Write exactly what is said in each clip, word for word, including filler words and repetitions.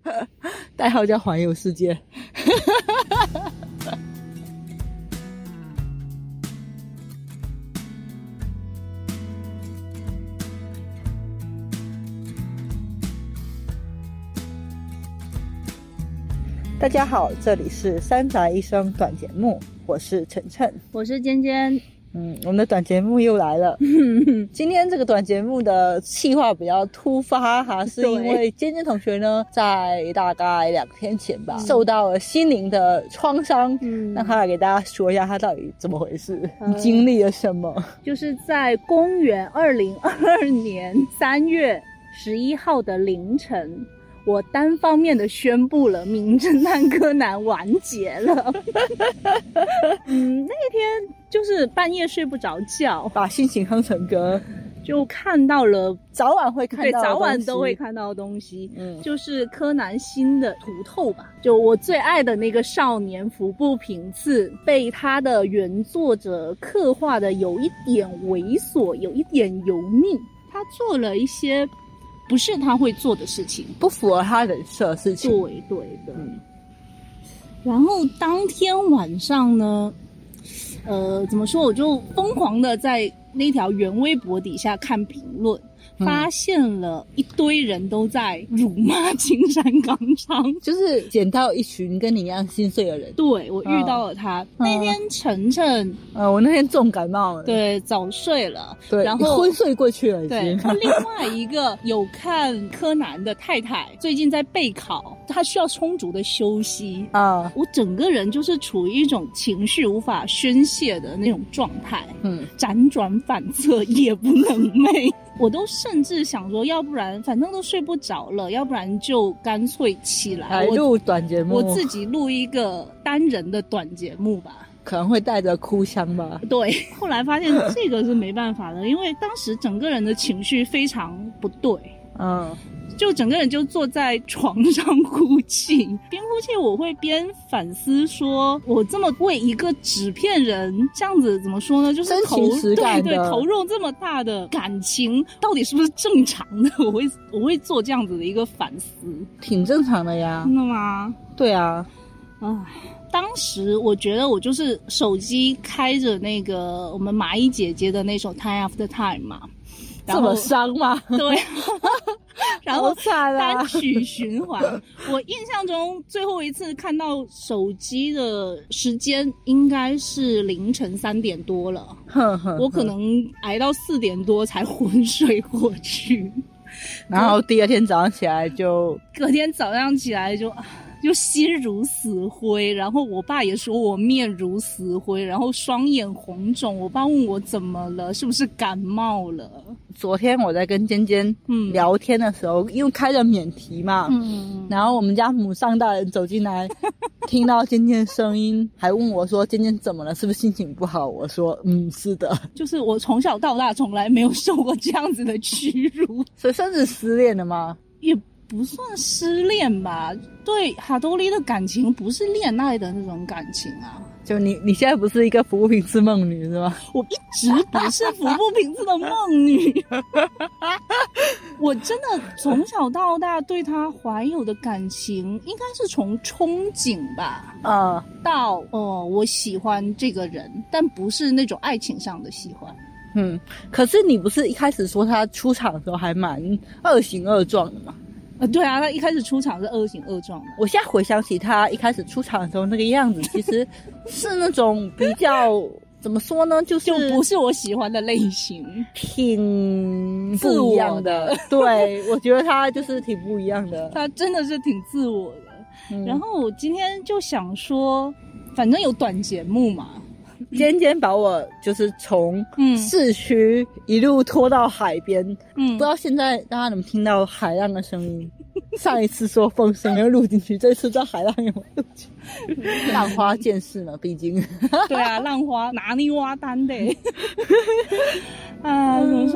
代号叫环游世界。大家好，这里是三宅一生短节目，我是晨晨， 我是尖尖。 嗯，我们的短节目又来了。今天这个短节目的企划比较突发哈，是因为尖尖同学呢，在大概两天前吧，嗯、受到了心灵的创伤。嗯，让他来给大家说一下他到底怎么回事，嗯、你经历了什么？ 就是在公元二零二二年三月十一号的凌晨，我单方面的宣布了《名侦探柯南》完结了。嗯，那一天就是半夜睡不着觉， 把心情哼成歌， 就看到了早晚会看到的东西， 对，早晚都会看到的东西。嗯，就是柯南新的图透吧，就我最爱的那个少年服部平次，被他的原作者刻画的有一点猥琐，有一点油腻，他做了一些不是他会做的事情， 不符合他人设的事情。 对对对、嗯。然后当天晚上呢，呃，怎么说？我就疯狂的在那条原微博底下看评论，发现了一堆人都在辱骂青山刚昌， 就是捡到一群跟你一样心碎的人。 对，我遇到了他。哦、那天晨晨， 呃，我那天重感冒了， 对，早睡了， 对， 然后昏睡过去了已经。 对，然后另外一个有看柯南的太太，最近在备考，她需要充足的休息啊。我整个人就是处于一种情绪无法宣泄的那种状态，嗯，辗转反侧，夜不能寐。我都甚至想说，要不然反正都睡不着了，要不然就干脆起来来录短节目， 我自己录一个单人的短节目吧， 可能会带着哭腔吧。 对，后来发现这个是没办法的，因为当时整个人的情绪非常不对，嗯。就整个人就坐在床上哭泣，边哭泣我会边反思说，我这么为一个纸片人这样子怎么说呢，就是投真情实感的对对投入这么大的感情，到底是不是正常的？我会我会做这样子的一个反思。 挺正常的呀。 真的吗？ 对啊。 唉，当时我觉得我就是手机开着那个我们麻衣姐姐的那首 Time After Time 嘛， 这么伤吗？ 对。然后单曲循环。我印象中最后一次看到手机的时间应该是凌晨三点多了，呵呵呵，我可能挨到四点多才昏睡过去， 然后第二天早上起来就隔天早上起来就就心如死灰，然后我爸也说我面如死灰，然后双眼红肿。我爸问我怎么了，是不是感冒了？ 昨天我在跟尖尖聊天的时候，嗯、因为开着免提嘛，嗯，然后我们家母上大人走进来，听到尖尖声音，还问我说：“尖尖怎么了？是不是心情不好？”我说：“嗯，是的。”就是我从小到大从来没有受过这样子的屈辱， 所以甚至失恋了吗？ 也不算失恋吧，对哈多利的感情不是恋爱的那种感情啊。 就你你现在不是一个服部平次梦女是吗？ 我一直不是服部平次的梦女。我真的从小到大对他怀有的感情应该是从憧憬吧，啊、嗯，到哦、呃、我喜欢这个人，但不是那种爱情上的喜欢。 嗯，可是你不是一开始说他出场的时候还蛮恶行恶状的吗？ 呃，对啊，他一开始出场是恶行恶状的。 我现在回想起他一开始出场的时候那个样子，其实是那种比较怎么说呢，就是就不是我喜欢的类型， 挺不一样的。对，我觉得他就是挺不一样的， 他真的是挺自我的。嗯、然后我今天就想说，反正有短节目嘛。 尖尖把我就是从市区一路拖到海边，嗯，不知道现在大家能听到海浪的声音。上一次说风声没有录进去，这次知道海浪有没有录进去？浪花见识嘛，毕竟。 对啊，浪花拿捏挖单的。啊，怎么说？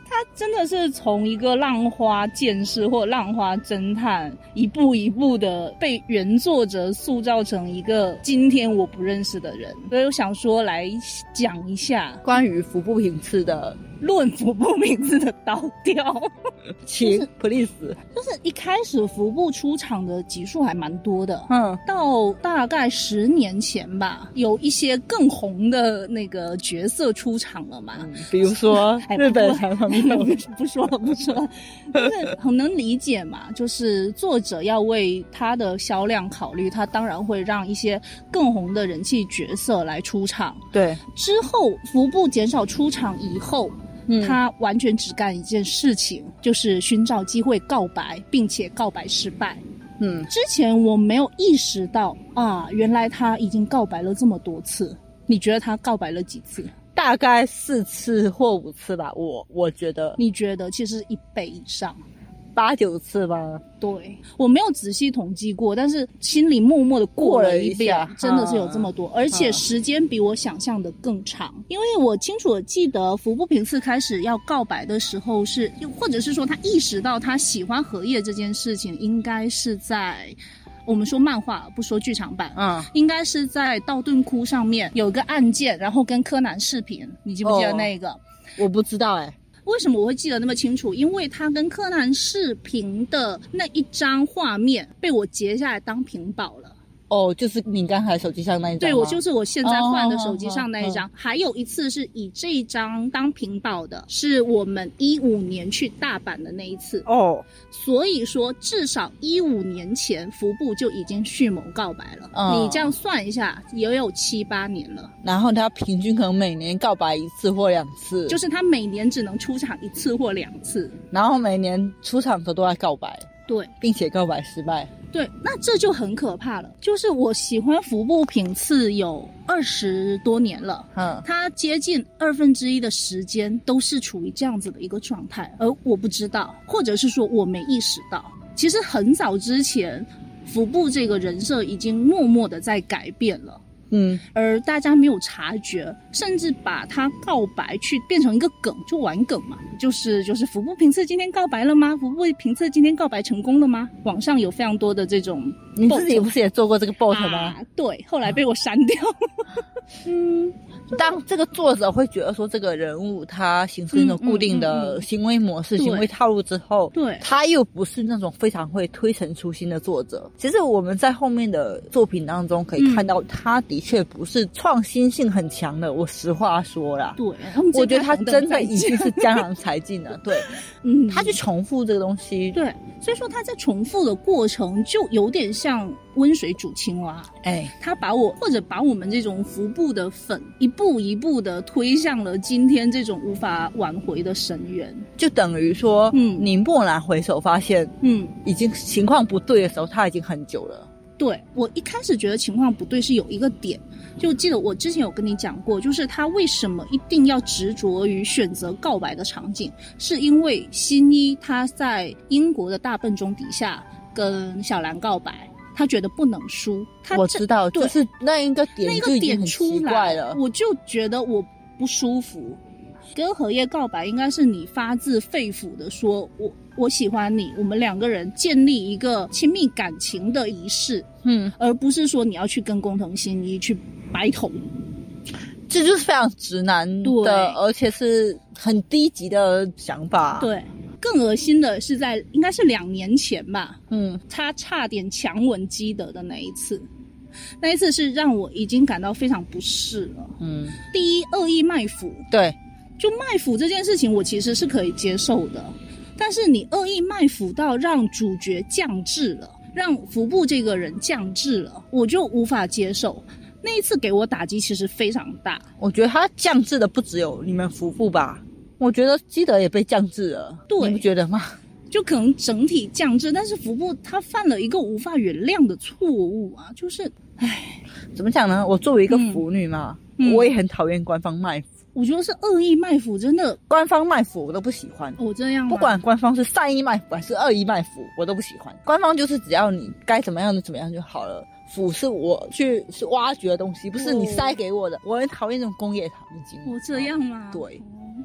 他真的是从一个浪花剑士或浪花侦探一步一步的被原作者塑造成一个今天我不认识的人。所以我想说来讲一下关于服部平次的论服部平次的倒调。 请 please。 就是一开始服部出场的集数还蛮多的， 嗯， 到大概十年前吧，有一些更红的那个角色出场了嘛， 嗯、比如说日本产品不说了不说了，就是很能理解嘛，就是作者要为他的销量考虑，他当然会让一些更红的人气角色来出场。 对，之后服部减少出场以后，嗯、他完全只干一件事情，就是寻找机会告白，并且告白失败。嗯，之前我没有意识到啊，原来他已经告白了这么多次。你觉得他告白了几次？ 大概四次或五次吧，我我觉得。 你觉得其实一倍以上， 八九次吧。 对，我没有仔细统计过，但是心里默默的过了一遍，一真的是有这么多，而且时间比我想象的更长。因为我清楚的记得服部平次开始要告白的时候是，或者是说他意识到他喜欢荷叶这件事情，应该是在我们说漫画不说剧场版，嗯，应该是在道顿窟上面有个案件，然后跟柯南视频，你记不记得那个？ 哦、我不知道哎、欸。 为什么我会记得那么清楚？因为他跟柯南视频的那一张画面被我截下来当屏保了。 哦，就是你刚才手机上那一张。 对，我就是我现在换的手机上那一张。哦哦哦哦、还有一次是以这一张当屏保的，是我们一五年去大阪的那一次。哦，所以说至少一五年前服部就已经蓄谋告白了。哦、你这样算一下，也有七八年了。 然后他平均可能每年告白一次或两次， 就是他每年只能出场一次或两次， 然后每年出场的都在告白。 对， 并且告白失败。 对，那这就很可怕了。就是我喜欢服部平次有二十多年了，嗯，他接近二分之一的时间都是处于这样子的一个状态，而我不知道，或者是说我没意识到。其实很早之前，服部这个人设已经默默的在改变了。嗯，而大家没有察觉，甚至把他告白去变成一个梗，就玩梗嘛，就是就是服部平次今天告白了吗？服部平次今天告白成功了吗？网上有非常多的这种 bot， 你自己不是也做过这个 bot 吗？ 啊、对，后来被我删掉。 嗯，当这个作者会觉得说这个人物他形成一种固定的行为模式、嗯嗯嗯嗯、行为套路之后，对，他又不是那种非常会推陈出新的作者。其实我们在后面的作品当中可以看到，他的确不是创新性很强的。我实话说啦， 对， 我觉得他真的已经是江郎才尽了。对，嗯，他去重复这个东西， 对，所以说他在重复的过程就有点像温水煮青蛙。哎，他把我或者把我们这种服部的粉一步一步的推向了今天这种无法挽回的深渊， 就等于说，嗯，你蓦然回首发现，嗯，已经情况不对的时候，他已经很久了。 对，我一开始觉得情况不对是有一个点，就记得我之前有跟你讲过，就是他为什么一定要执着于选择告白的场景，是因为新一他在英国的大笨钟底下跟小兰告白，他觉得不能输。他我知道，就是那一个点就已经很奇怪了， 那个点出来，我就觉得我不舒服。跟荷叶告白应该是你发自肺腑的说，我我喜欢你，我们两个人建立一个亲密感情的仪式，嗯，而不是说你要去跟工藤新一去白头。 这就是非常直男的，而且是很低级的想法。 对，更恶心的是在应该是两年前吧，嗯，他差点强吻基德的那一次。那一次是让我已经感到非常不适了。嗯，第一，恶意卖腐， 对， 就卖腐这件事情我其实是可以接受的，但是你恶意卖腐到让主角降智了，让服部这个人降智了，我就无法接受。那一次给我打击其实非常大。 我觉得他降智的不只有你们服部吧，我觉得基德也被降智了，对，你不觉得吗？ 就可能整体降智，但是服部他犯了一个无法原谅的错误啊，就是唉， 怎么讲呢？我作为一个腐女嘛，嗯、我也很讨厌官方卖腐。 我觉得是恶意卖腐，真的， 官方卖腐我都不喜欢。 我、哦、这样吗？ 不管官方是善意卖腐还是恶意卖腐，我都不喜欢。官方就是只要你该怎么样就怎么样就好了。腐是我去是挖掘的东西，不是你塞给我的。哦、我很讨厌这种工业糖精。 我、哦、这样吗？ 对。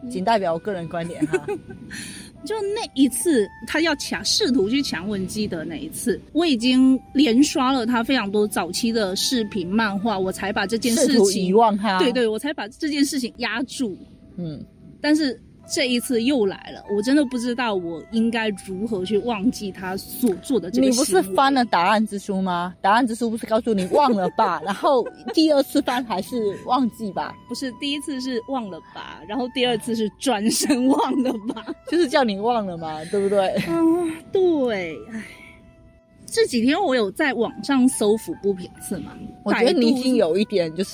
仅代表我个人观点哈。 就那一次他要抢试图去强吻基德那一次，我已经连刷了他非常多早期的视频漫画，我才把这件事情试图遗忘他。 对对，我才把这件事情压住。 嗯， 但是这一次又来了，我真的不知道我应该如何去忘记他所做的这个行为。 你不是翻了答案之书吗？答案之书不是告诉你忘了吧？然后第二次翻还是忘记吧？ 不是，第一次是忘了吧，然后第二次是转身忘了吧， 就是叫你忘了嘛，对不对？ 啊、嗯，对，唉。这几天我有在网上搜腹部品次嘛， 我觉得你已经有一点就是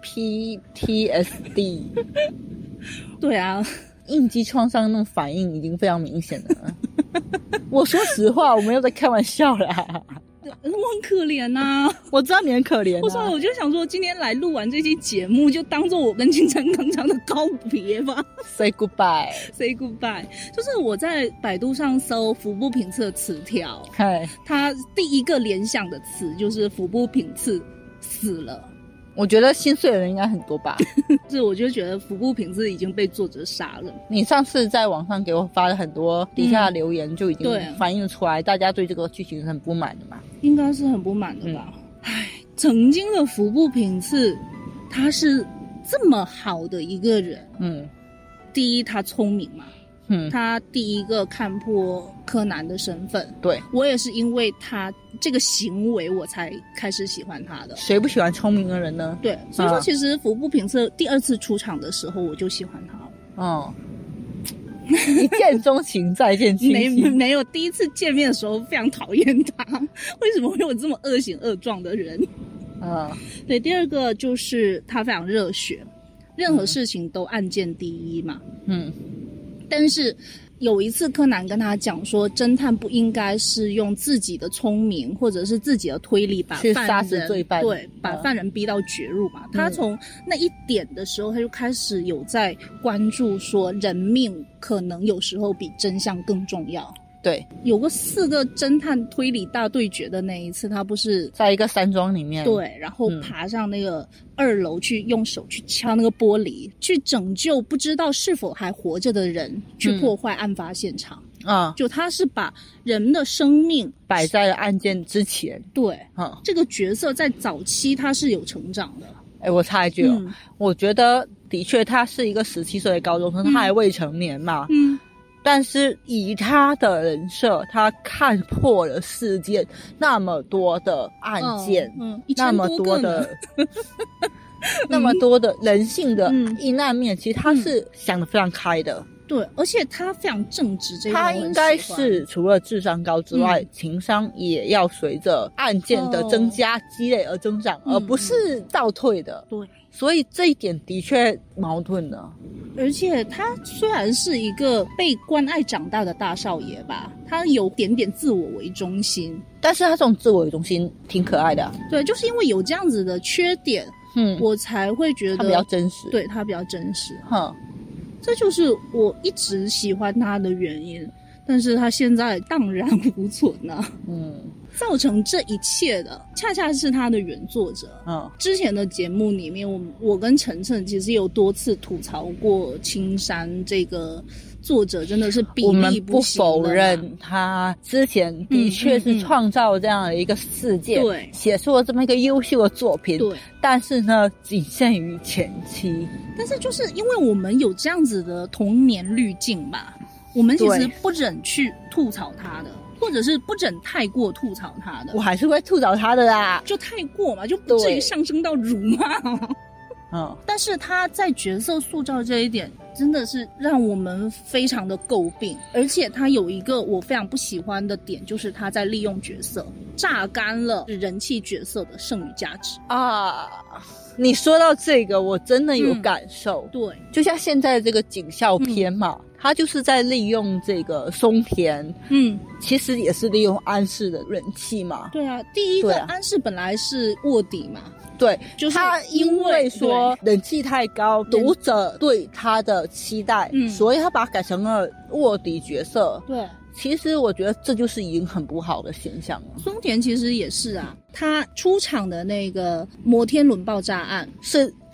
P T S D。 对啊， 应激创伤那种反应已经非常明显了。我说实话，我没有在开玩笑啦。 我很可怜呐、啊， 我知道你很可怜、啊。 我说，我就想说，今天来录完这期节目，就当做我跟金城刚刚的告别吧。 Say goodbye. Say goodbye. 就是我在百度上搜腹部品次的词条，它第一个联想的词就是腹部品次死了。 我觉得心碎的人应该很多吧。 是，我就觉得腹部品质已经被作者杀了。 你上次在网上给我发了很多底下的留言，嗯、就已经反映出来大家对这个剧情是很不满的嘛。 应该是很不满的吧。唉、嗯，曾经的腹部品质他是这么好的一个人。嗯，第一他聪明嘛。嗯，他第一个看破柯南的身份。对，我也是因为他这个行为我才开始喜欢他的。 谁不喜欢聪明的人呢？ 对，所以说其实服部平次第二次出场的时候我就喜欢他了。哦， 一见钟情再见倾心。 没没有，第一次见面的时候非常讨厌他，为什么会有这么恶行恶状的人？啊，对，第二个就是他非常热血，任何事情都案件第一嘛。嗯。但是有一次柯南跟他讲说，侦探不应该是用自己的聪明或者是自己的推理把犯人杀死罪犯， 对，把犯人逼到绝路嘛。嗯、他从那一点的时候，他就开始有在关注说，人命可能有时候比真相更重要。对，有个四个侦探推理大对决的那一次，他不是在一个山庄里面， 对，然后爬上那个二楼去用手去敲那个玻璃，嗯、去拯救不知道是否还活着的人，去破坏案发现场。啊、嗯，就他是把人的生命摆在了案件之前。 对，嗯，这个角色在早期他是有成长的。 哎，我插一句哦，嗯、我觉得的确他是一个十七岁的高中生，嗯、他还未成年嘛。嗯。但是以他的人设，他看破了世界那么多的案件，哦、嗯，那么多的那么多的人性的阴暗面，嗯、其实他是想得非常开的。嗯、 对，而且他非常正直，这一点他应该是除了智商高之外，嗯、情商也要随着案件的增加、哦、积累而增长，嗯、而不是倒退的。对。所以这一点的确矛盾的， 而且他虽然是一个被关爱长大的大少爷吧，他有点点自我为中心， 但是他这种自我为中心挺可爱的、啊。 对，就是因为有这样子的缺点，嗯，我才会觉得他比较真实， 对，他比较真实。哼，这就是我一直喜欢他的原因。但是他现在荡然无存啊。嗯。造成这一切的恰恰是他的原作者。嗯，之前的节目里面，我我跟晨晨其实有多次吐槽过青山这个作者，真的是比例不行的。 我们不否认他之前的确是创造这样的一个世界，对、嗯，写出了这么一个优秀的作品，对。但是呢，仅限于前期。 但是就是因为我们有这样子的童年滤镜吧，我们其实不忍去吐槽他的。或者是不忍太过吐槽他的， 我还是会吐槽他的啦， 就太过嘛，就不至于上升到辱骂。嗯，但是他在角色塑造这一点真的是让我们非常的诟病，而且他有一个我非常不喜欢的点，就是他在利用角色榨干了人气角色的剩余价值啊。 你说到这个我真的有感受、 嗯、对， 就像现在这个警校片嘛、嗯、他就是在利用这个松田，嗯，其实也是利用安室的人气嘛。 对啊，第一个、啊、安室本来是卧底嘛， 对，就是他因为说人气太高，读者对他的期待、嗯、所以他把他改成了卧底角色。对，其实我觉得这就是已经很不好的现象了。 松田其实也是啊，他出场的那个摩天轮爆炸案是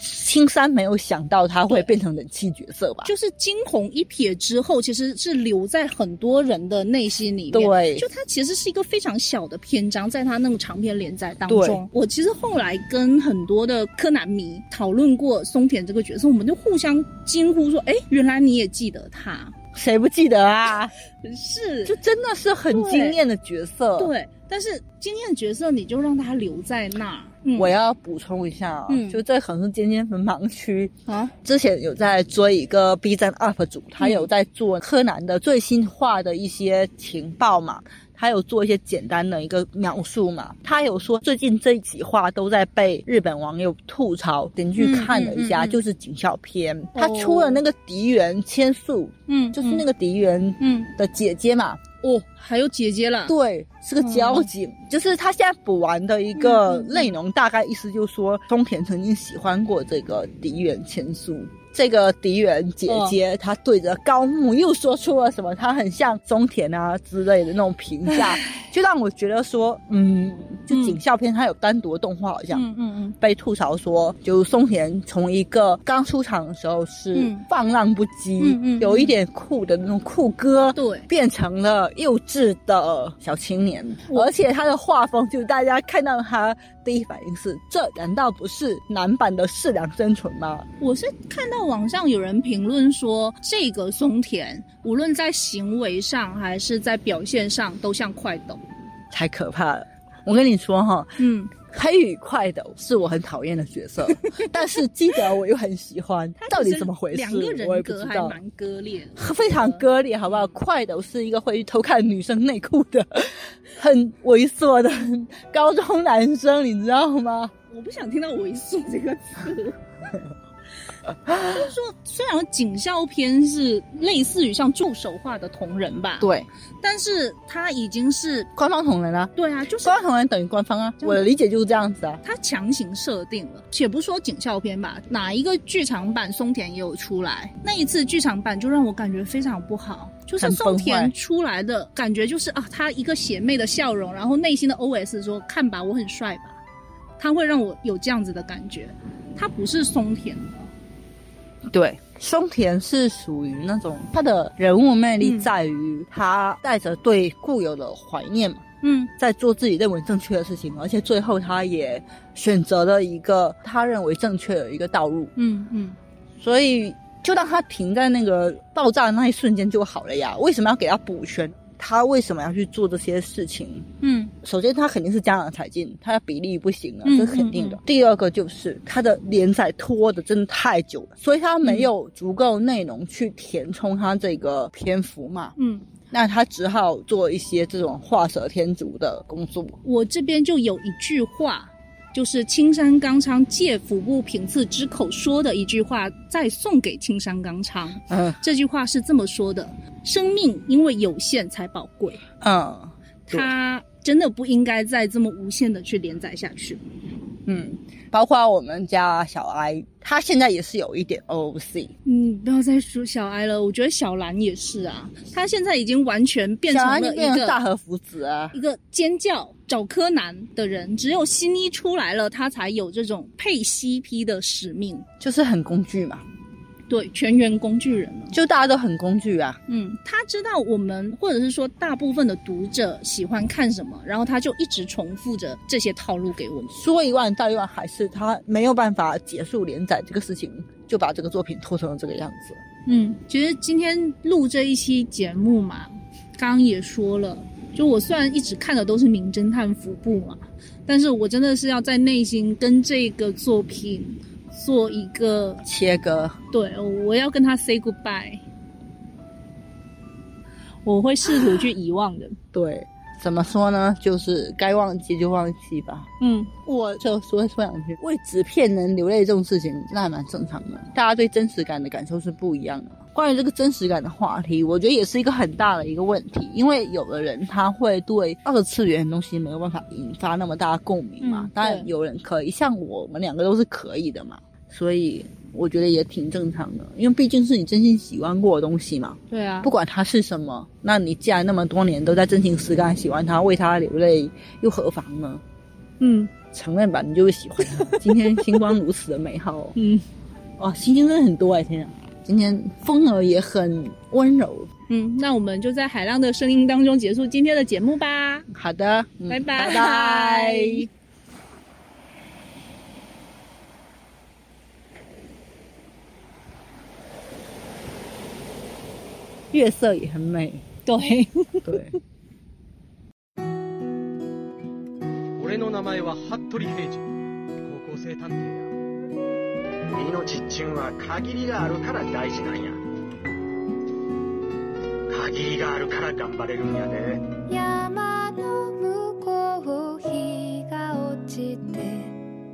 青山没有想到他会变成人气角色吧， 就是惊鸿一瞥之后其实是留在很多人的内心里面， 对， 就他其实是一个非常小的篇章在他那个长篇连载当中。我其实后来跟很多的柯南迷讨论过松田这个角色，我们就互相惊呼说，诶，原来你也记得他。 谁不记得啊？ 是， 就真的是很惊艳的角色。 对，对，但是惊艳的角色你就让他留在那儿。嗯、 我要补充一下啊、嗯，就这可能是尖尖粉盲区啊。 之前有在追一个 B 站 U P 主，他有在做柯南的最新化的一些情报嘛，他有做一些简单的一个描述嘛。他有说最近这几话都在被日本网友吐槽，点进去看了一下，嗯嗯嗯、就是警校篇，他出了那个敌原千树，嗯，就是那个敌原嗯的姐姐嘛。 哦，还有姐姐了， 对，是个交警、嗯、就是他现在补完的一个内容，大概意思就是说松田曾经喜欢过这个敌原千树，这个敌原姐姐她、哦、对着高木又说出了什么她很像松田啊之类的那种评价，就让我觉得说嗯，就警校篇它有单独的动画好像嗯嗯嗯被吐槽说就松田从一个刚出场的时候是放浪不羁、嗯嗯、有一点酷的那种酷哥，对，变成了幼稚的小青年，而且他的画风就大家看到他第一反应是这难道不是男版的适良真纯吗？ 我是看到网上有人评论说这个松田无论在行为上还是在表现上都像快斗， 太可怕了。我跟你说哈，嗯，黑羽快斗是我很讨厌的角色但是基德我又很喜欢到底怎么回事两个人格还蛮割裂的， 非常割裂好不好？快斗是一个会偷看女生内裤的很猥琐的高中男生，你知道吗？ 我不想听到猥琐这个词就是说虽然警校篇是类似于像助手化的同人吧， 对， 但是他已经是官方同人啊， 对啊，就是官方同人等于官方啊，我的理解就是这样子啊。 他强行设定了，且不说警校篇吧，哪一个剧场版松田也有出来，那一次剧场版就让我感觉非常不好，就是松田出来的感觉就是啊，他一个邪魅的笑容，然后内心的 O S 说看吧我很帅吧，他会让我有这样子的感觉，他不是松田。 对，松田是属于那种他的人物魅力在于他带着对固有的怀念嘛，嗯，在做自己认为正确的事情，而且最后他也选择了一个他认为正确的一个道路，嗯嗯，所以就让他停在那个爆炸的那一瞬间就好了呀，为什么要给他补全？他为什么要去做这些事情？嗯，首先他肯定是江郎才尽，他的比例不行了，这是肯定的。嗯嗯嗯、第二个就是他的连载拖的真的太久了，所以他没有足够内容去填充他这个篇幅嘛。嗯，那他只好做一些这种画蛇添足的工作。 我这边就有一句话，就是青山刚昌借服部平次之口说的一句话，再送给青山刚昌。嗯，这句话是这么说的：生命因为有限才宝贵。嗯，他真的不应该再这么无限的去连载下去。 嗯，包括我们家小哀，他现在也是有一点 O O C。 嗯，不要再说小哀了，我觉得小兰也是啊，他现在已经完全变成了一个变成大和福子啊， 一个尖叫找柯南的人，只有新一出来了，他才有这种配 C P 的使命， 就是很工具嘛。 对，全员工具人了， 就大家都很工具啊。 嗯，他知道我们或者是说大部分的读者喜欢看什么，然后他就一直重复着这些套路给我们。 说一万道一万，还是他没有办法结束连载这个事情，就把这个作品拖成了这个样子。 嗯，其实今天录这一期节目嘛，刚刚也说了，就我虽然一直看的都是名侦探服部嘛，但是我真的是要在内心跟这个作品做一个切割， 对，我要跟他 say goodbye， 我会试图去遗忘的。 对，怎么说呢？就是该忘记就忘记吧。嗯，我就说说两句，为纸片人流泪这种事情，那还蛮正常的。大家对真实感的感受是不一样的。关于这个真实感的话题，我觉得也是一个很大的一个问题，因为有的人他会对二次元的东西没有办法引发那么大的共鸣嘛，嗯、当然有人可以，像我们两个都是可以的嘛。所以我觉得也挺正常的，因为毕竟是你真心喜欢过的东西嘛。 对啊， 不管它是什么，那你既然那么多年都在真情实感喜欢它，为它流泪，又何妨呢？ 嗯，承认吧，你就会喜欢它。今天星光如此的美好哦。嗯，哇，星星真的很多哎，天啊！今天风儿也很温柔。 嗯，那我们就在海浪的声音当中结束今天的节目吧。 好的， 嗯、拜拜拜拜。月色也很美。 对对。 俺の名前は服部平次、高校生探偵や。命っちゅんは限りがあるから大事なんや。限りがあるから頑張れるんやで。 山の向こう日が落ちて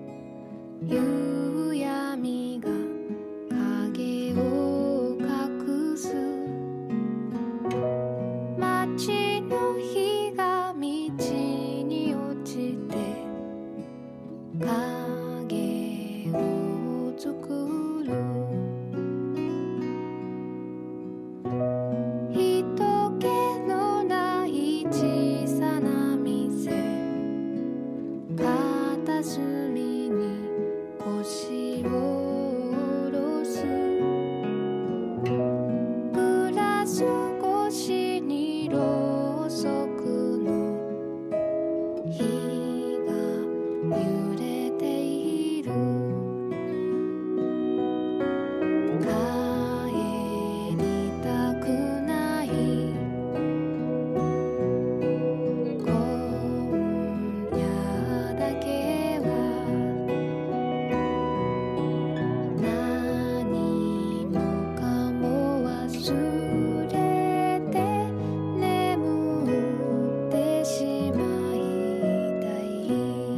夕闇が影を隠す。街の日が道に落ちて影を作る。人気のない小さな店、片隅に腰を下ろす。グラス越しにろうそくの火が揺れている。帰りたくない今夜だけは。何もかも忘れて眠ってしまいたい。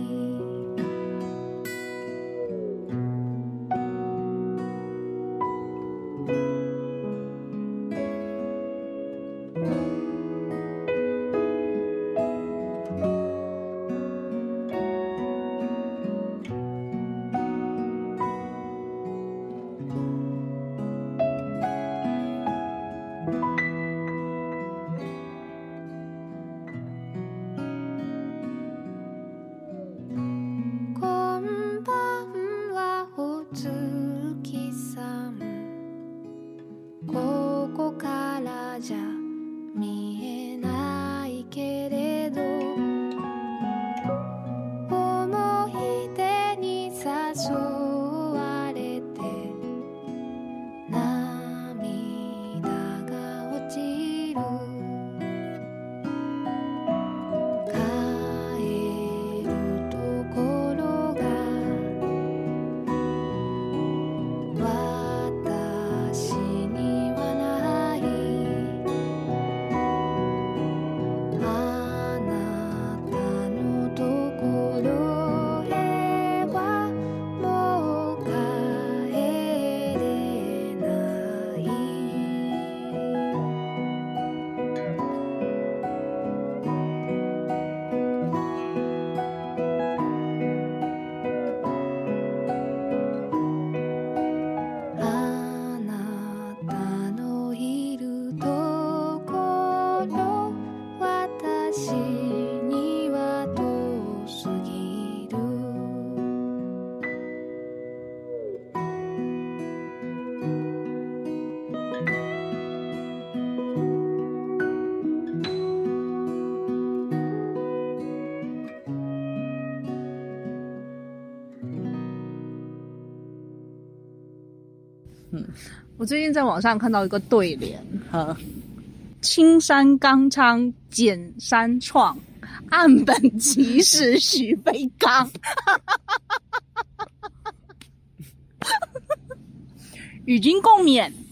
こんばんはお月さん。ここからじゃ見えないけれど、思い出に誘われて涙が落ちる。帰るところが私にはない。あなたのところへはもう帰れない。あなたのいるところ私には遠すぎる。 我最近在网上看到一个对联， 好， 青山刚昌简山创，岸本齐史许飞刚。与君共勉。